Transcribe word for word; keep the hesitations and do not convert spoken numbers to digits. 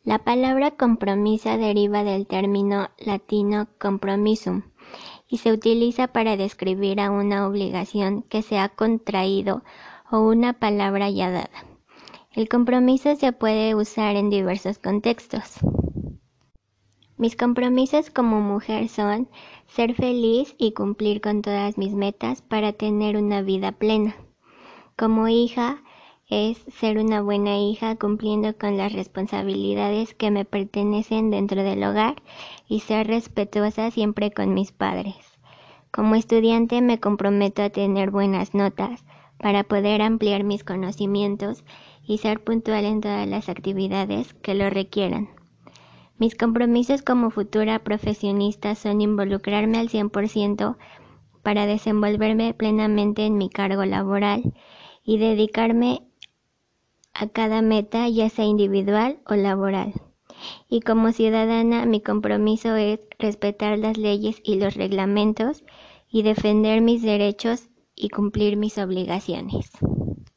La palabra compromiso deriva del término latino compromissum y se utiliza para describir a una obligación que se ha contraído o una palabra ya dada. El compromiso se puede usar en diversos contextos. Mis compromisos como mujer son ser feliz y cumplir con todas mis metas para tener una vida plena. Como hija, es ser una buena hija cumpliendo con las responsabilidades que me pertenecen dentro del hogar y ser respetuosa siempre con mis padres. Como estudiante me comprometo a tener buenas notas para poder ampliar mis conocimientos y ser puntual en todas las actividades que lo requieran. Mis compromisos como futura profesionista son involucrarme al cien por ciento para desenvolverme plenamente en mi cargo laboral y dedicarme a cada meta, ya sea individual o laboral. Y como ciudadana, mi compromiso es respetar las leyes y los reglamentos y defender mis derechos y cumplir mis obligaciones.